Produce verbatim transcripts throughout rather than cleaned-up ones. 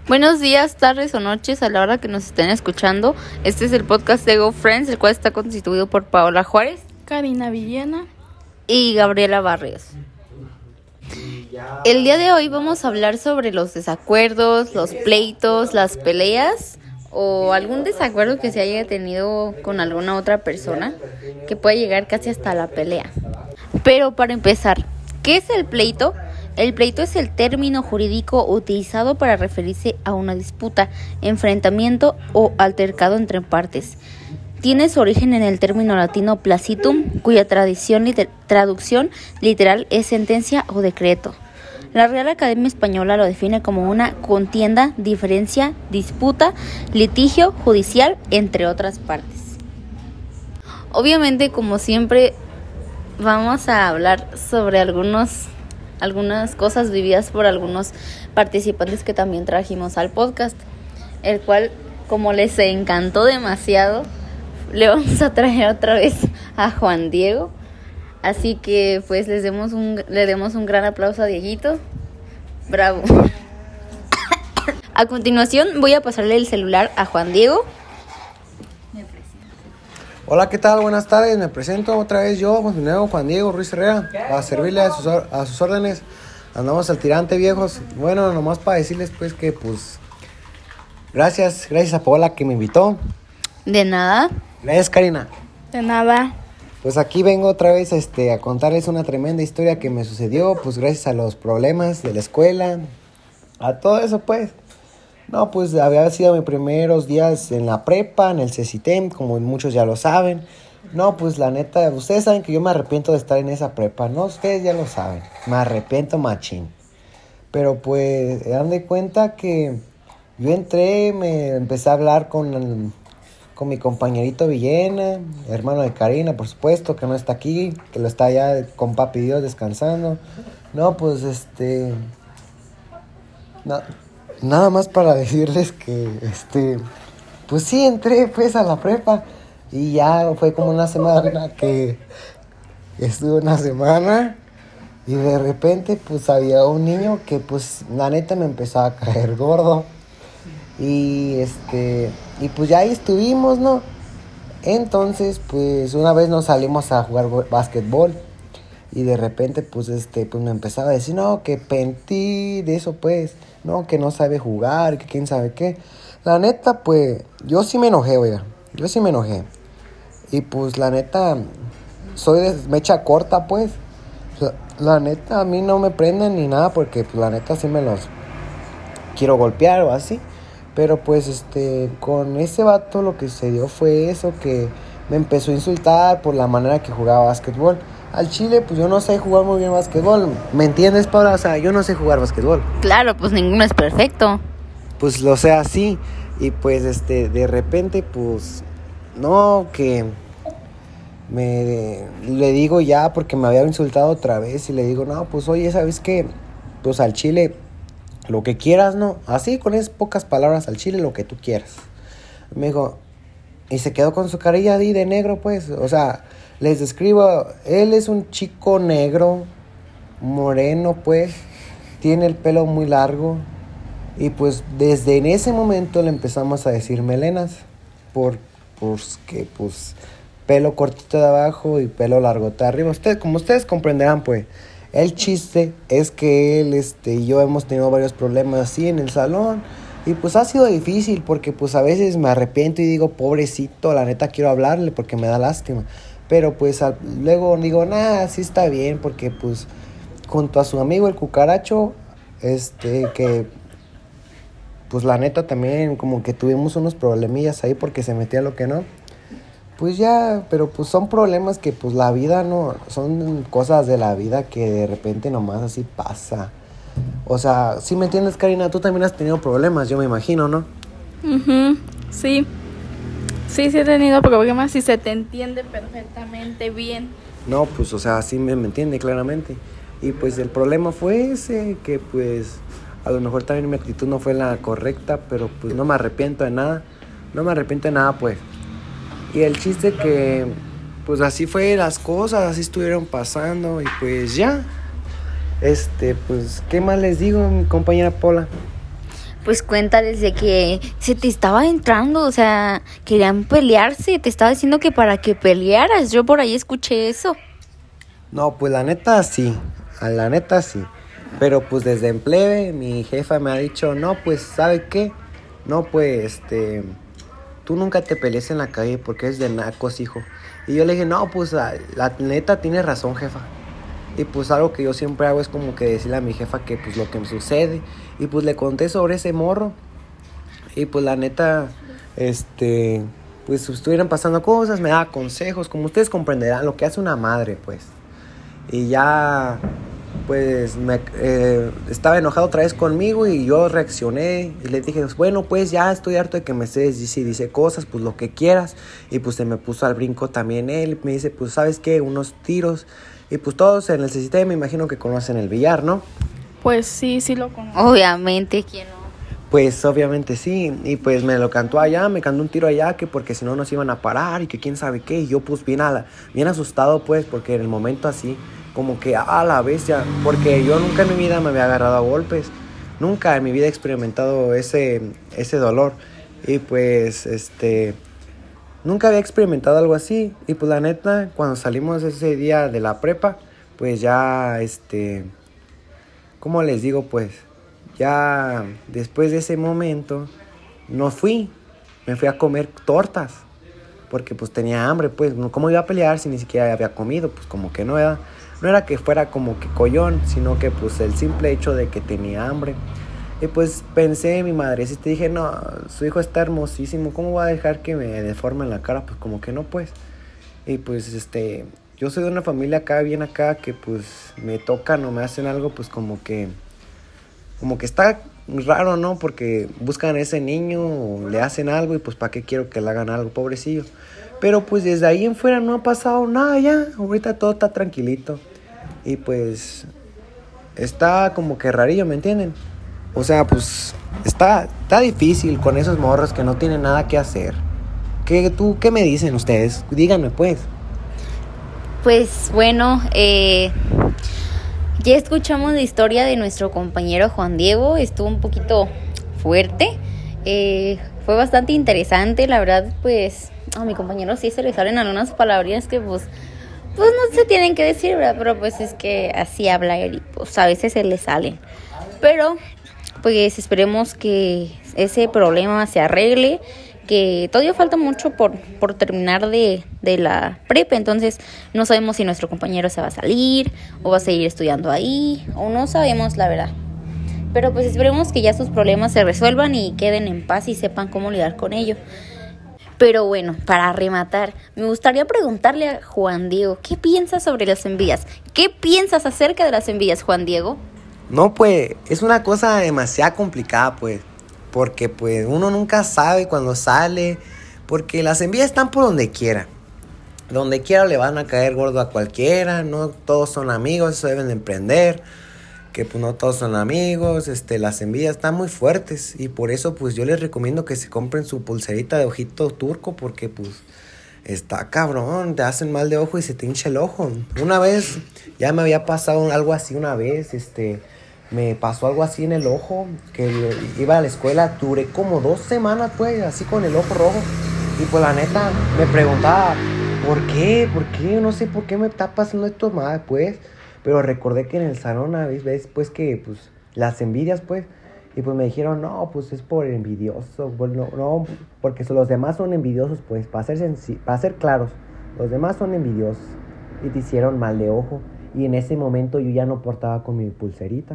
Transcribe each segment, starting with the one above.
Buenos días, tardes o noches a la hora que nos estén escuchando. Este es el podcast de Go Friends, el cual está constituido por Paola Juárez, Karina Villena y Gabriela Barrios. El día de hoy vamos a hablar sobre los desacuerdos, los pleitos, las peleas o algún desacuerdo que se haya tenido con alguna otra persona que pueda llegar casi hasta la pelea. Pero para empezar, ¿qué es el pleito? El pleito es el término jurídico utilizado para referirse a una disputa, enfrentamiento o altercado entre partes. Tiene su origen en el término latino placitum, cuya tradición liter- traducción literal es sentencia o decreto. La Real Academia Española lo define como una contienda, diferencia, disputa, litigio judicial, entre otras partes. Obviamente, como siempre, vamos a hablar sobre algunos, algunas cosas vividas por algunos participantes que también trajimos al podcast, el cual, como les encantó demasiado, le vamos a traer otra vez a Juan Diego. Así que pues les demos un, le demos un gran aplauso a Dieguito. Bravo. A continuación voy a pasarle el celular a Juan Diego. Hola, ¿qué tal? Buenas tardes, me presento otra vez yo, mi nuevo Juan Diego Ruiz Herrera, para servirle a sus, a sus órdenes. Andamos al tirante, viejos. Bueno, nomás para decirles pues que pues gracias, gracias a Paola que me invitó. De nada. Gracias, Karina. De nada. Pues aquí vengo otra vez este, a contarles una tremenda historia que me sucedió, pues gracias a los problemas de la escuela, a todo eso pues. No, pues había sido mis primeros días en la prepa, en el CECITEM, como muchos ya lo saben. No, pues la neta, ustedes saben que yo me arrepiento de estar en esa prepa, ¿no? Ustedes ya lo saben, me arrepiento machín. Pero pues, dan de cuenta que yo entré, me empecé a hablar con... el, con mi compañerito Villena, hermano de Karina, por supuesto, que no está aquí, que lo está allá con papi Dios descansando. No, pues este... Na, nada más para decirles que, este... Pues sí, entré pues a la prepa y ya fue como una semana que... Estuve una semana y de repente pues había un niño que pues la neta me empezaba a caer gordo. Y este y pues ya ahí estuvimos, ¿no? Entonces, pues una vez nos salimos a jugar básquetbol y de repente pues este pues me empezaba a decir, "No, que Penti de eso pues, no, que no sabe jugar, que quién sabe qué." La neta, pues yo sí me enojé, oiga. Yo sí me enojé. Y pues la neta soy de mecha corta, pues. La, la neta a mí no me prenden ni nada porque pues la neta sí me los quiero golpear o así. Pero pues este con ese vato lo que sucedió fue eso, que me empezó a insultar por la manera que jugaba básquetbol. Al chile, pues yo no sé jugar muy bien básquetbol. ¿Me entiendes, Paula? O sea, yo no sé jugar básquetbol. Claro, pues ninguno es perfecto. Pues lo sé así. Y pues este, de repente, pues, no, que me le digo ya porque me había insultado otra vez. Y le digo, no, pues oye, ¿sabes qué? Pues al chile, lo que quieras, ¿no? Así, con esas pocas palabras, al chile, lo que tú quieras. Me dijo, y se quedó con su carilla ahí de negro, pues. O sea, les describo, él es un chico negro, moreno, pues. Tiene el pelo muy largo. Y pues, desde en ese momento le empezamos a decir melenas. Por, pues, que, pues, pelo cortito de abajo y pelo largo de arriba. Ustedes, como ustedes comprenderán, pues. El chiste es que él este, y yo hemos tenido varios problemas así en el salón. Y pues ha sido difícil porque pues a veces me arrepiento y digo, pobrecito, la neta quiero hablarle porque me da lástima. Pero pues al, luego digo, nah, sí está bien porque pues junto a su amigo el cucaracho, este, que pues la neta también como que tuvimos unos problemillas ahí porque se metía lo que no. Pues ya, pero pues son problemas que pues la vida no, son cosas de la vida que de repente nomás así pasa. O sea, ¿sí me entiendes, Karina? Tú también has tenido problemas, yo me imagino, ¿no? Uh-huh. Sí. Sí, sí he tenido problemas y se te entiende perfectamente bien. No, pues, o sea, sí me, me entiende claramente. Y pues el problema fue ese, que pues a lo mejor también mi actitud no fue la correcta, pero pues no me arrepiento de nada. No me arrepiento de nada, pues. Y el chiste que, pues así fue las cosas, así estuvieron pasando y pues ya. Este, pues, ¿qué más les digo, mi compañera Paula? Pues cuéntales de que se te estaba entrando, o sea, querían pelearse, te estaba diciendo que para que pelearas, yo por ahí escuché eso. No, pues la neta sí, a la neta sí. Pero pues desde en plebe mi jefa me ha dicho, no, pues ¿sabe qué? No, pues este, tú nunca te pelees en la calle porque es de nacos, hijo. Y yo le dije, no, pues la, la neta tiene razón, jefa. Y pues algo que yo siempre hago es como que decirle a mi jefa que pues lo que me sucede. Y pues le conté sobre ese morro. Y pues la neta, este, pues estuvieran pasando cosas, me daba consejos, como ustedes comprenderán, lo que hace una madre, pues. Y ya, pues, me, eh, estaba enojado otra vez conmigo y yo reaccioné y le dije, bueno, pues ya estoy harto de que me estés dice, dice cosas, pues lo que quieras. Y pues se me puso al brinco también él, me dice, pues, ¿sabes qué? Unos tiros. Y pues todos en el C C T me imagino que conocen el billar, ¿no? Pues sí, sí lo conozco. Obviamente, ¿quién no? Pues obviamente sí, y pues me lo cantó allá, me cantó un tiro allá, que porque si no nos iban a parar y que quién sabe qué, y yo pues bien, a la, bien asustado pues, porque en el momento así, como que a la bestia, porque yo nunca en mi vida me había agarrado a golpes, nunca en mi vida he experimentado ese, ese dolor, y pues este, nunca había experimentado algo así, y pues la neta, cuando salimos ese día de la prepa, pues ya este, ¿cómo les digo pues? Ya después de ese momento no fui, me fui a comer tortas, porque pues tenía hambre, pues, ¿cómo iba a pelear si ni siquiera había comido? Pues como que no era, no era que fuera como que collón, sino que pues el simple hecho de que tenía hambre. Y pues pensé en mi madrecita y dije, no, su hijo está hermosísimo, ¿cómo va a dejar que me deforme la cara? Pues como que no, pues. Y pues este, yo soy de una familia acá, bien acá, que pues me tocan o me hacen algo, pues como que... Como que está raro, ¿no? Porque buscan a ese niño o le hacen algo y pues ¿para qué quiero que le hagan algo, pobrecillo? Pero pues desde ahí en fuera no ha pasado nada ya. Ahorita todo está tranquilito. Y pues está como que rarillo, ¿me entienden? O sea, pues está, está difícil con esos morros que no tienen nada que hacer. ¿Qué, tú, qué me dicen ustedes? Díganme pues. Pues bueno, eh... ya escuchamos la historia de nuestro compañero Juan Diego, estuvo un poquito fuerte, eh, fue bastante interesante, la verdad, pues a mi compañero sí se le salen algunas palabras que pues, pues no se tienen que decir, ¿verdad? Pero pues es que así habla él y pues a veces se le salen, pero pues esperemos que ese problema se arregle, que todavía falta mucho por, por terminar de, de la prepa, entonces no sabemos si nuestro compañero se va a salir o va a seguir estudiando ahí, o no sabemos la verdad. Pero pues esperemos que ya sus problemas se resuelvan y queden en paz y sepan cómo lidiar con ello. Pero bueno, para rematar, me gustaría preguntarle a Juan Diego, ¿qué piensas sobre las envidias? ¿Qué piensas acerca de las envidias, Juan Diego? No, pues, es una cosa demasiado complicada, pues. Porque pues uno nunca sabe cuando sale, porque las envidias están por donde quiera. Donde quiera le van a caer gordo a cualquiera, no todos son amigos, eso deben de emprender. Que pues no todos son amigos, este, las envidias están muy fuertes. Y por eso pues yo les recomiendo que se compren su pulserita de ojito turco, porque pues está cabrón, te hacen mal de ojo y se te hincha el ojo. Una vez, ya me había pasado algo así una vez, este... me pasó algo así en el ojo, que iba a la escuela, duré como dos semanas, pues, así con el ojo rojo. Y pues la neta, me preguntaba, ¿por qué? ¿Por qué? No sé por qué me está pasando esto más, pues. Pero recordé que en el salón, ¿ves? Pues que, pues, las envidias, pues. Y pues me dijeron, no, pues es por envidioso. Bueno, no, porque los demás son envidiosos, pues, para ser, senci- para ser claros. Los demás son envidiosos. Y te hicieron mal de ojo. Y en ese momento yo ya no portaba con mi pulserita.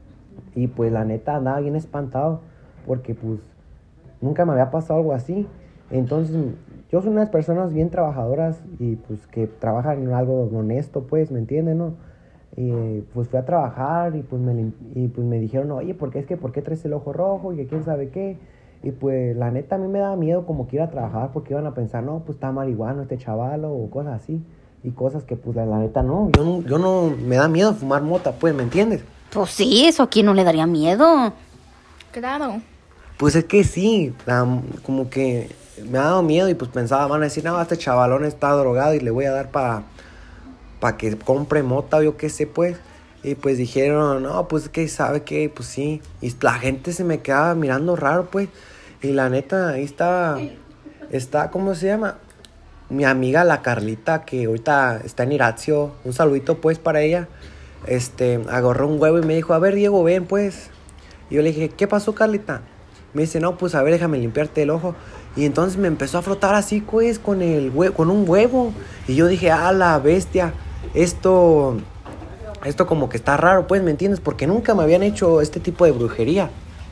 Y pues la neta andaba bien espantado, porque pues nunca me había pasado algo así. Entonces yo soy unas personas bien trabajadoras y pues que trabajan en algo honesto, pues, ¿me entienden, no? Y pues fui a trabajar y pues me, y, pues, me dijeron, oye, ¿por qué es que por qué traes el ojo rojo? Y que quién sabe qué. Y pues la neta a mí me daba miedo como que ir a trabajar, porque iban a pensar, no, pues está marihuano este chavalo o cosas así. Y cosas que pues la, la neta no, yo no, yo no me da miedo fumar mota, pues, ¿me entiendes? Pues sí, eso a quién no le daría miedo. Claro. Pues es que sí, um, como que me ha dado miedo y pues pensaba, van a decir, no, este chavalón está drogado y le voy a dar para pa que compre mota o yo qué sé, pues. Y pues dijeron, no, pues que sabe que, pues sí. Y la gente se me quedaba mirando raro, pues. Y la neta, ahí está, está, ¿cómo se llama? Mi amiga la Carlita, que ahorita está en Iratio. Un saludito, pues, para ella. Este, agarró un huevo y me dijo, a ver, Diego, ven, pues. Y yo le dije, ¿qué pasó, Carlita? Me dice, no, pues, a ver, déjame limpiarte el ojo. Y entonces me empezó a frotar así, pues, con, el hue- con un huevo. Y yo dije, ah, la bestia, esto... Esto como que está raro, pues, ¿me entiendes? Porque nunca me habían hecho este tipo de brujería.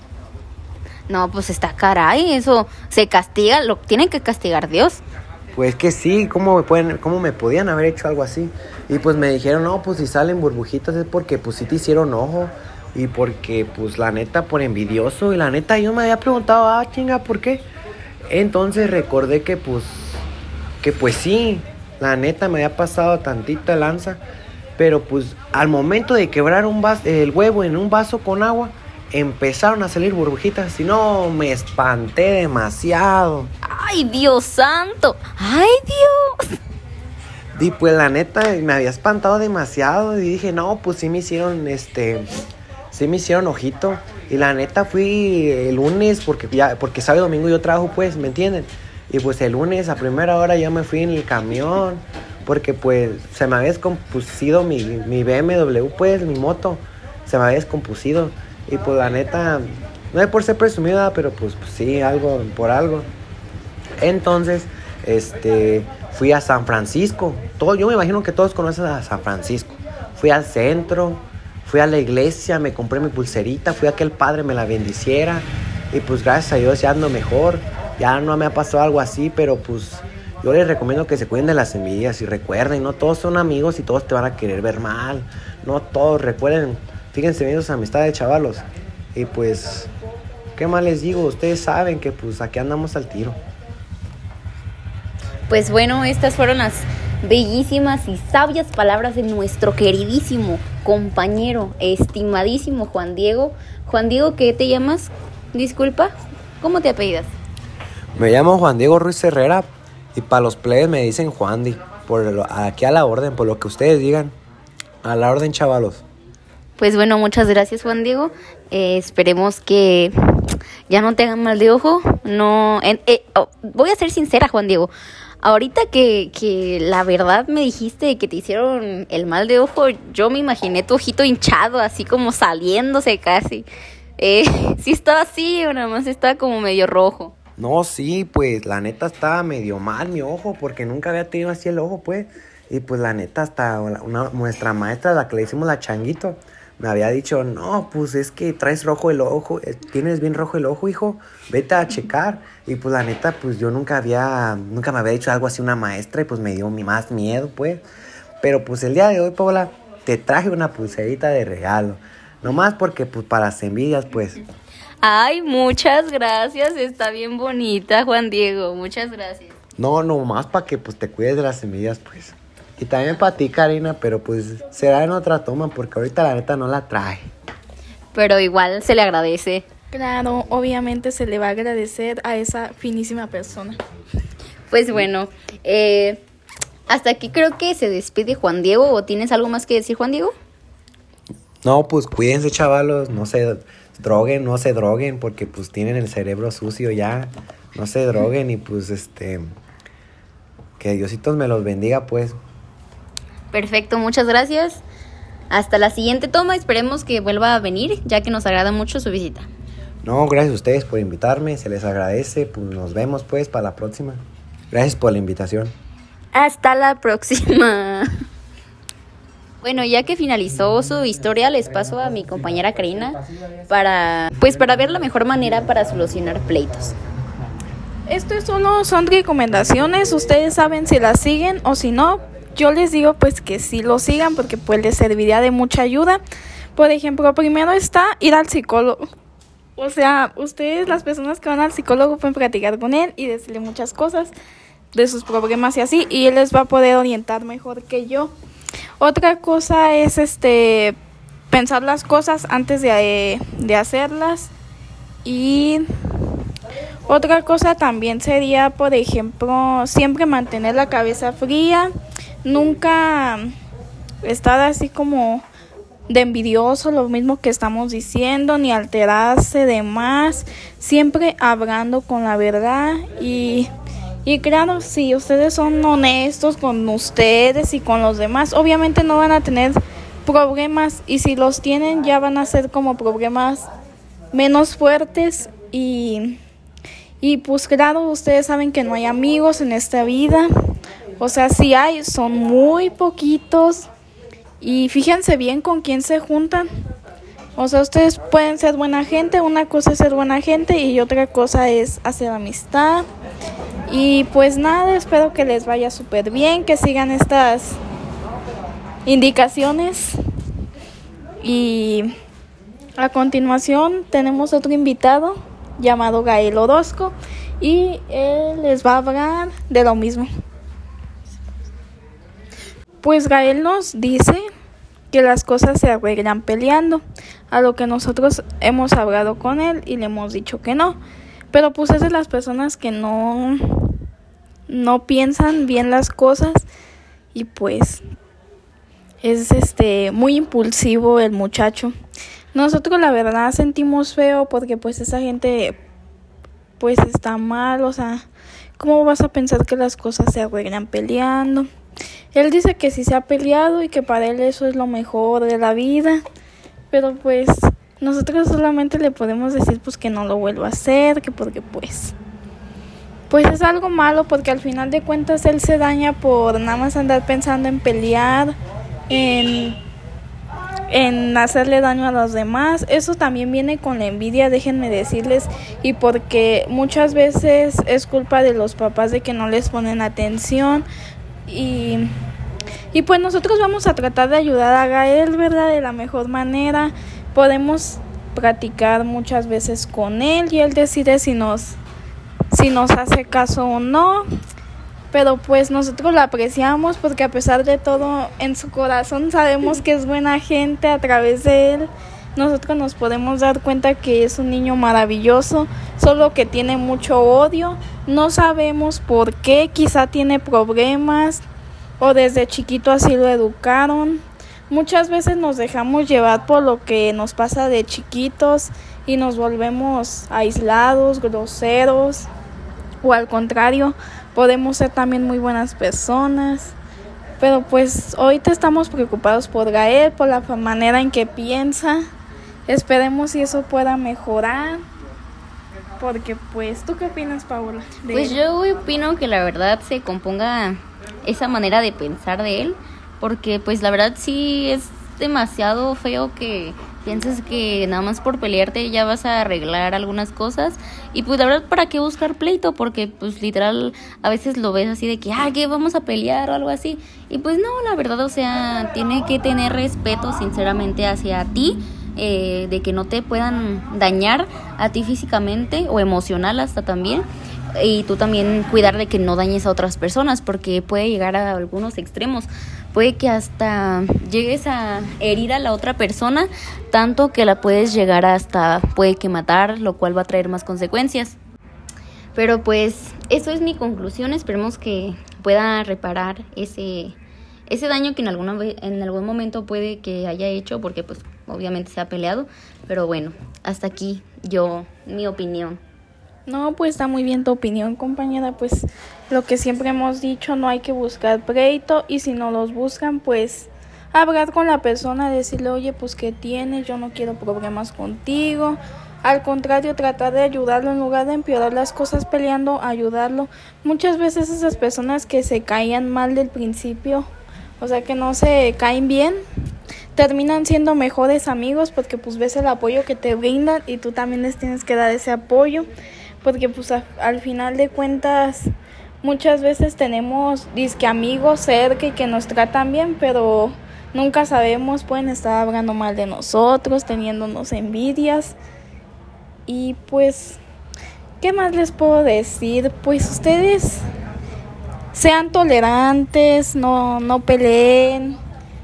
No, pues está caray, eso se castiga, lo tienen que castigar Dios. Pues que sí, ¿cómo me pueden, cómo me podían haber hecho algo así? Y pues me dijeron, no, pues si salen burbujitas es porque pues sí te hicieron ojo. Y porque pues la neta por envidioso. Y la neta yo me había preguntado, ah, chinga, ¿por qué? Entonces recordé que pues, que pues sí, la neta me había pasado tantita lanza. Pero pues al momento de quebrar un vaso, el huevo en un vaso con agua, empezaron a salir burbujitas. Y no, me espanté demasiado. ¡Ay, Dios santo! ¡Ay, Dios! Y pues la neta me había espantado demasiado. Y dije, no, pues sí me hicieron, este... Sí me hicieron ojito. Y la neta fui el lunes, porque ya porque sábado y domingo yo trabajo, pues, ¿me entienden? Y pues el lunes a primera hora yo me fui en el camión. Porque pues se me había descompusido mi, mi B M W, pues, mi moto. Se me había descompusido. Y pues la neta, no es por ser presumida, pero pues, pues sí, algo por algo. Entonces, este, fui a San Francisco. Todo, yo me imagino que todos conocen a San Francisco. Fui al centro, fui a la iglesia, me compré mi pulserita, fui a que el padre me la bendiciera. Y pues gracias a Dios ya ando mejor. Ya no me ha pasado algo así, pero pues... Yo les recomiendo que se cuiden de las envidias y recuerden, no todos son amigos y todos te van a querer ver mal. No todos, recuerden, fíjense bien sus amistades, chavalos. Y pues, ¿qué más les digo? Ustedes saben que pues aquí andamos al tiro. Pues bueno, estas fueron las bellísimas y sabias palabras de nuestro queridísimo compañero, estimadísimo Juan Diego. Juan Diego, ¿qué te llamas? Disculpa, ¿cómo te apellidas? Me llamo Juan Diego Ruiz Herrera. Y para los plebes me dicen Juandi, por lo, aquí a la orden, por lo que ustedes digan. A la orden, chavalos. Pues bueno, muchas gracias, Juan Diego. Eh, esperemos que ya no te hagan mal de ojo. No, eh, eh, oh, voy a ser sincera, Juan Diego. Ahorita que, que la verdad me dijiste que te hicieron el mal de ojo, yo me imaginé tu ojito hinchado, así como saliéndose casi. Eh, ¿Sí estaba así o nada más estaba como medio rojo? No, sí, pues la neta estaba medio mal mi ojo, porque nunca había tenido así el ojo, pues. Y pues la neta hasta una, nuestra maestra, la que le hicimos la changuito, me había dicho, no, pues es que traes rojo el ojo, tienes bien rojo el ojo, hijo, vete a checar. Y pues la neta, pues yo nunca había, nunca me había dicho algo así una maestra y pues me dio más miedo, pues. Pero pues el día de hoy, Paola, te traje una pulserita de regalo. Nomás porque pues para las envidias, pues... Ay, muchas gracias, está bien bonita, Juan Diego, muchas gracias. No, nomás para que pues te cuides de las semillas, pues. Y también para ti, Karina, pero pues será en otra toma, porque ahorita la neta no la trae. Pero igual se le agradece. Claro, obviamente se le va a agradecer a esa finísima persona. Pues bueno, eh, hasta aquí creo que se despide Juan Diego. ¿O tienes algo más que decir, Juan Diego? No, pues cuídense, chavalos, no se droguen, no se droguen, porque pues tienen el cerebro sucio ya. No se droguen y pues este... que Diositos me los bendiga, pues. Perfecto, muchas gracias. Hasta la siguiente toma, esperemos que vuelva a venir, ya que nos agrada mucho su visita. No, gracias a ustedes por invitarme, se les agradece, pues nos vemos pues para la próxima. Gracias por la invitación. Hasta la próxima. Bueno, ya que finalizó su historia, les paso a mi compañera Karina para, pues, para ver la mejor manera para solucionar pleitos. Esto solo son recomendaciones, ustedes saben si las siguen o si no. Yo les digo pues que sí lo sigan porque pues les serviría de mucha ayuda. Por ejemplo, primero está ir al psicólogo. O sea, ustedes, las personas que van al psicólogo, pueden platicar con él y decirle muchas cosas de sus problemas y así, y él les va a poder orientar mejor que yo. Otra cosa es este pensar las cosas antes de, de hacerlas. Y otra cosa también sería, por ejemplo, siempre mantener la cabeza fría, nunca estar así como de envidioso, lo mismo que estamos diciendo, ni alterarse de más, siempre hablando con la verdad y, y claro, si ustedes son honestos con ustedes y con los demás, obviamente no van a tener problemas y si los tienen ya van a ser como problemas menos fuertes y, y pues claro, ustedes saben que no hay amigos en esta vida, o sea, si hay, son muy poquitos. Y fíjense bien con quién se juntan. O sea, ustedes pueden ser buena gente. Una cosa es ser buena gente y otra cosa es hacer amistad. Y pues nada, espero que les vaya súper bien, que sigan estas indicaciones. Y a continuación tenemos otro invitado llamado Gael Orozco y él les va a hablar de lo mismo. Pues Gael nos dice que las cosas se arreglan peleando, a lo que nosotros hemos hablado con él y le hemos dicho que no. Pero pues es de las personas que no, no piensan bien las cosas y pues es este muy impulsivo el muchacho. Nosotros la verdad sentimos feo porque pues esa gente pues está mal, o sea, ¿cómo vas a pensar que las cosas se arreglan peleando? Él dice que sí se ha peleado y que para él eso es lo mejor de la vida, pero pues nosotros solamente le podemos decir pues que no lo vuelva a hacer, que porque pues pues es algo malo porque al final de cuentas él se daña por nada más andar pensando en pelear, en en hacerle daño a los demás. Eso también viene con la envidia, déjenme decirles, y porque muchas veces es culpa de los papás de que no les ponen atención. Y, y pues nosotros vamos a tratar de ayudar a Gael, ¿verdad? De la mejor manera. Podemos practicar muchas veces con él y él decide si nos, si nos hace caso o no. Pero pues nosotros la apreciamos porque a pesar de todo en su corazón sabemos que es buena gente. A través de él nosotros nos podemos dar cuenta que es un niño maravilloso, solo que tiene mucho odio. No sabemos por qué, quizá tiene problemas o desde chiquito así lo educaron. Muchas veces nos dejamos llevar por lo que nos pasa de chiquitos y nos volvemos aislados, groseros, o al contrario, podemos ser también muy buenas personas. Pero pues hoy te estamos preocupados por Gael, por la manera en que piensa. Esperemos si eso pueda mejorar. Porque pues, ¿tú qué opinas, Paula? De Pues él? yo opino que la verdad se componga esa manera de pensar de él, porque pues la verdad sí es demasiado feo que pienses que nada más por pelearte ya vas a arreglar algunas cosas. Y pues la verdad, ¿para qué buscar pleito? Porque pues literal a veces lo ves así de que, ah, que vamos a pelear o algo así. Y pues no, la verdad, o sea, tiene que tener respeto sinceramente hacia ti. Eh, de que no te puedan dañar a ti físicamente o emocional hasta también, y tú también cuidar de que no dañes a otras personas, porque puede llegar a algunos extremos, puede que hasta llegues a herir a la otra persona tanto que la puedes llegar hasta, puede que matar, lo cual va a traer más consecuencias. Pero pues eso es mi conclusión, esperemos que pueda reparar ese ese daño que en alguna ve- en algún momento puede que haya hecho, porque pues obviamente se ha peleado. Pero bueno, hasta aquí yo, mi opinión. No, pues está muy bien tu opinión, compañera. Pues lo que siempre hemos dicho, no hay que buscar pleito, y si no los buscan, pues hablar con la persona, decirle, oye, pues ¿qué tienes? Yo no quiero problemas contigo. Al contrario, tratar de ayudarlo en lugar de empeorar las cosas peleando, ayudarlo. Muchas veces esas personas que se caían mal del principio, o sea, que no se caen bien, terminan siendo mejores amigos porque pues ves el apoyo que te brindan y tú también les tienes que dar ese apoyo, porque pues a, al final de cuentas muchas veces tenemos disque amigos cerca y que nos tratan bien, pero nunca sabemos, pueden estar hablando mal de nosotros, teniéndonos envidias. Y pues, ¿qué más les puedo decir? Pues ustedes sean tolerantes, no, no peleen,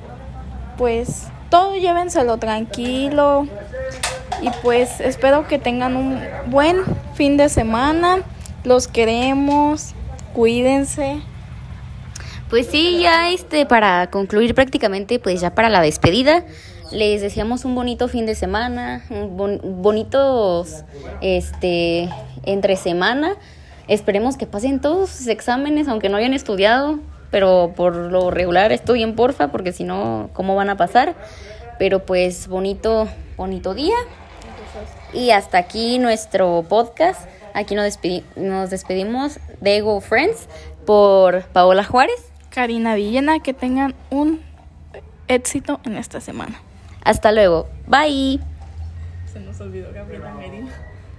pues todo llévenselo tranquilo. Y pues espero que tengan un buen fin de semana. Los queremos, cuídense. Pues sí, ya este para concluir prácticamente, pues ya para la despedida, Les deseamos un bonito fin de semana, un bon- bonitos este, entre semana. Esperemos que pasen todos sus exámenes, aunque no hayan estudiado, pero por lo regular estudien, porfa, porque si no, ¿cómo van a pasar? Pero pues bonito, bonito día. Y hasta aquí nuestro podcast. Aquí nos, despedi- nos despedimos de Go Friends por Paola Juárez. Karina Villena, que tengan un éxito en esta semana. Hasta luego. Bye. Se nos olvidó Gabriela Merino.